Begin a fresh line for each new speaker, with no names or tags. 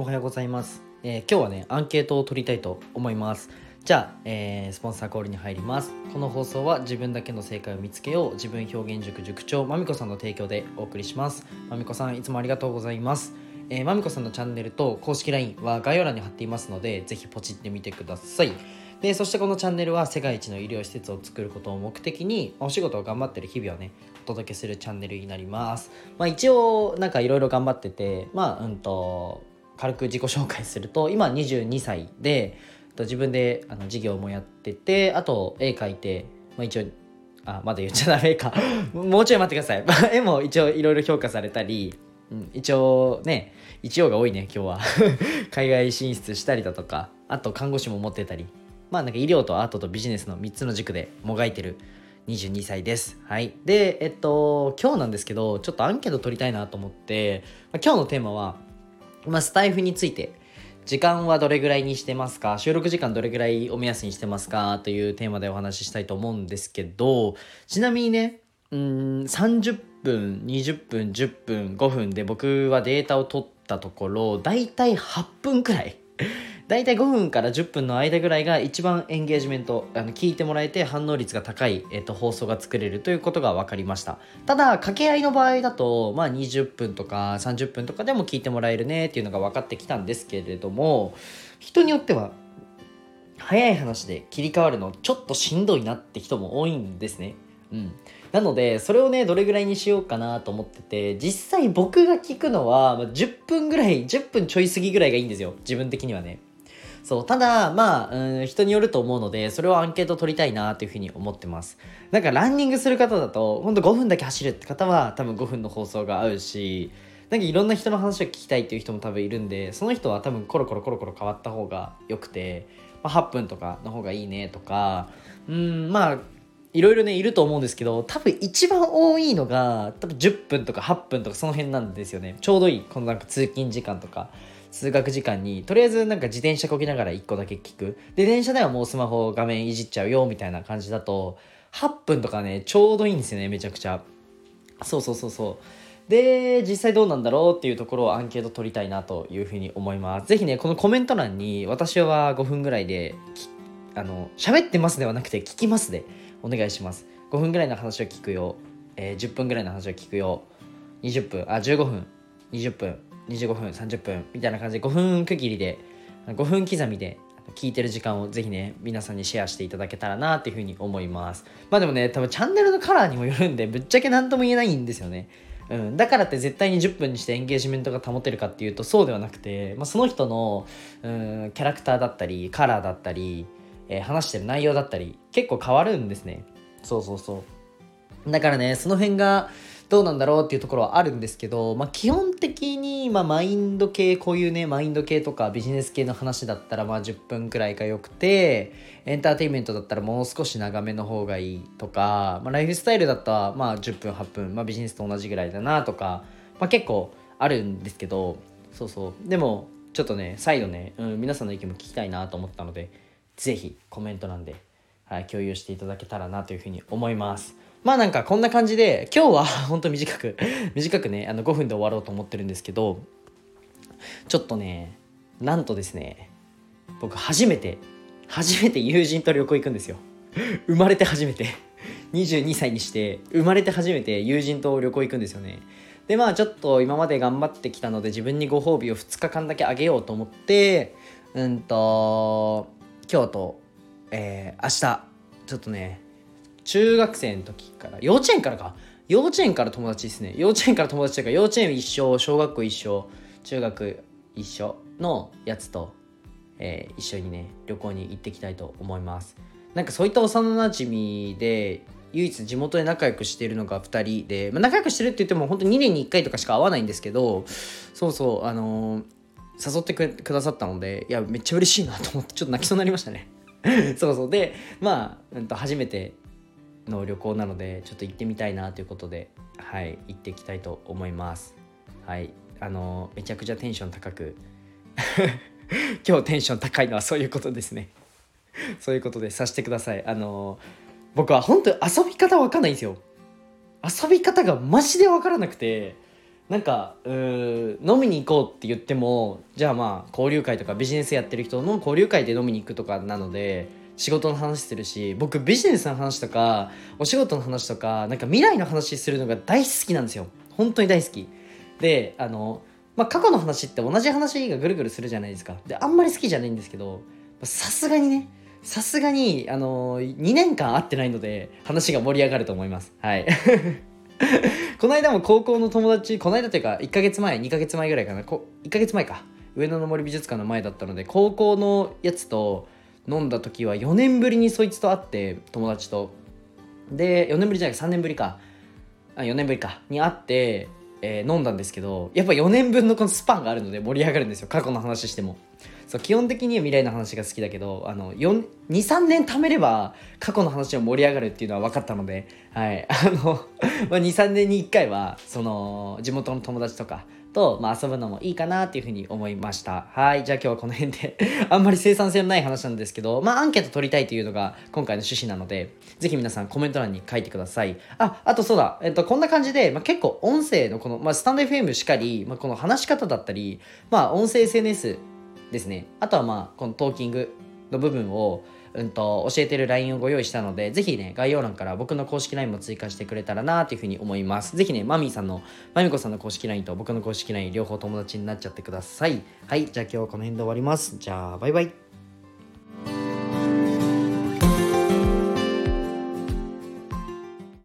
おはようございます。今日はねアンケートを取りたいと思います。じゃあ、スポンサーコールに入ります。この放送は自分だけの正解を見つけよう自分表現塾塾長まみこさんの提供でお送りします。まみこさんいつもありがとうございます。まみこさんのチャンネルと公式 LINE は概要欄に貼っていますのでぜひポチってみてください。でそしてこのチャンネルは世界一の医療施設を作ることを目的にお仕事を頑張ってる日々をねお届けするチャンネルになります。一応なんかいろいろ頑張ってて軽く自己紹介すると今22歳で自分で事業もやってて、あと絵描いて、一応まだ言っちゃダメかもうちょい待ってください絵も一応いろいろ評価されたり、一応が多いね今日は海外進出したりだとか、あと看護師も持ってたり、なんか医療とアートとビジネスの3つの軸でもがいてる22歳です。はい。で今日なんですけどちょっとアンケート取りたいなと思って、今日のテーマはスタイフについて、時間はどれぐらいにしてますか、収録時間どれぐらいを目安にしてますかというテーマでお話ししたいと思うんですけど、ちなみにね30分20分10分5分で僕はデータを取ったところだいたい8分くらいだいたい5分から10分の間ぐらいが一番エンゲージメント聞いてもらえて反応率が高い、放送が作れるということが分かりました。ただ掛け合いの場合だと、20分とか30分とかでも聞いてもらえるねっていうのが分かってきたんですけれども、人によっては早い話で切り替わるのちょっとしんどいなって人も多いんですね。なのでそれをねどれぐらいにしようかなと思ってて、実際僕が聞くのは10分ぐらい、10分ちょい過ぎぐらいがいいんですよ、自分的にはね。そうただ人によると思うのでそれをアンケート取りたいなというふうに思ってます。なんかランニングする方だとほんと5分だけ走るって方は多分5分の放送が合うし、なんかいろんな人の話を聞きたいっていう人も多分いるんで、その人は多分コロコロ変わった方がよくて、8分とかの方がいいねとか、いろいろねいると思うんですけど、多分一番多いのが多分10分とか8分とかその辺なんですよね。ちょうどいいこのなんか通勤時間とか通学時間にとりあえずなんか自転車こぎながら1個だけ聞く。で電車ではもうスマホ画面いじっちゃうよみたいな感じだと8分とかねちょうどいいんですよね、めちゃくちゃ。そうで実際どうなんだろうっていうところをアンケート取りたいなというふうに思います。ぜひねこのコメント欄に私は5分ぐらいで喋ってますではなくて聞きますでお願いします。5分ぐらいの話を聞くよ、10分ぐらいの話を聞くよ、20分15分20分25分30分みたいな感じで5分区切りで5分刻みで聞いてる時間をぜひね皆さんにシェアしていただけたらなっていうふうに思います。でもね多分チャンネルのカラーにもよるんでぶっちゃけ何とも言えないんですよね。だからって絶対に10分にしてエンゲージメントが保てるかっていうとそうではなくて、その人のキャラクターだったりカラーだったり、話してる内容だったり結構変わるんですね。だからねその辺がどうなんだろうっていうところはあるんですけど、基本的にマインド系、こういうねマインド系とかビジネス系の話だったら10分くらいがよくて、エンターテインメントだったらもう少し長めの方がいいとか、ライフスタイルだったら10分8分、ビジネスと同じぐらいだなとか、結構あるんですけど、でもちょっとね再度ね、皆さんの意見も聞きたいなと思ったのでぜひコメント欄で、共有していただけたらなというふうに思います。なんかこんな感じで今日は本当短くね5分で終わろうと思ってるんですけど、ちょっとねなんとですね僕初めて友人と旅行行くんですよ。生まれて初めて22歳にして生まれて初めて友人と旅行行くんですよね。でちょっと今まで頑張ってきたので自分にご褒美を2日間だけあげようと思って今日と、明日ちょっとね中学生の時から幼稚園から友達ですね。幼稚園から友達というか幼稚園一緒小学校一緒中学一緒のやつと、一緒にね旅行に行ってきたいと思います。なんかそういった幼馴染で唯一地元で仲良くしているのが2人で、仲良くしてるって言っても本当に2年に1回とかしか会わないんですけど、誘ってくださったのでいやめっちゃ嬉しいなと思ってちょっと泣きそうになりましたねで初めての旅行なのでちょっと行ってみたいなということで行っていきたいと思います。めちゃくちゃテンション高く今日テンション高いのはそういうことですねそういうことでさせてください。僕は本当に遊び方わかんないんですよ。遊び方がマジでわからなくて、 なんか飲みに行こうって言っても、じゃあまあ交流会とかビジネスやってる人の交流会で飲みに行くとかなので、仕事の話するし、僕ビジネスの話とかお仕事の話とかなんか未来の話するのが大好きなんですよ。本当に大好きで、過去の話って同じ話がぐるぐるするじゃないですか。であんまり好きじゃないんですけど、さすがに2年間会ってないので話が盛り上がると思います。はいこの間も高校の友達、この間というか1ヶ月前2ヶ月前ぐらいかな、1ヶ月前か、上野の森美術館の前だったので、高校のやつと飲んだ時は4年ぶりにそいつと会って、友達とで4年ぶりじゃない3年ぶりか、4年ぶりかに会って、飲んだんですけど、やっぱ4年分のこのスパンがあるので盛り上がるんですよ。過去の話しても。そう、基本的には未来の話が好きだけど、23年貯めれば過去の話も盛り上がるっていうのは分かったので、はい、23年に1回はその地元の友達とかと、遊ぶのもいいかなっていうふうに思いました。はい、じゃあ今日はこの辺であんまり生産性のない話なんですけど、アンケート取りたいというのが今回の趣旨なので、ぜひ皆さんコメント欄に書いてください。あとそうだ、こんな感じで、結構音声のこの、スタンド FM しかり、この話し方だったり、音声 SNS ですね。あとはこのトーキングの部分を教えてる LINE をご用意したので、ぜひね、概要欄から僕の公式 LINE も追加してくれたらなというふうに思います。ぜひね、マミコさんの公式 LINE と僕の公式 LINE 両方友達になっちゃってください。はい、じゃあ今日はこの辺で終わります。じゃあバイバイ。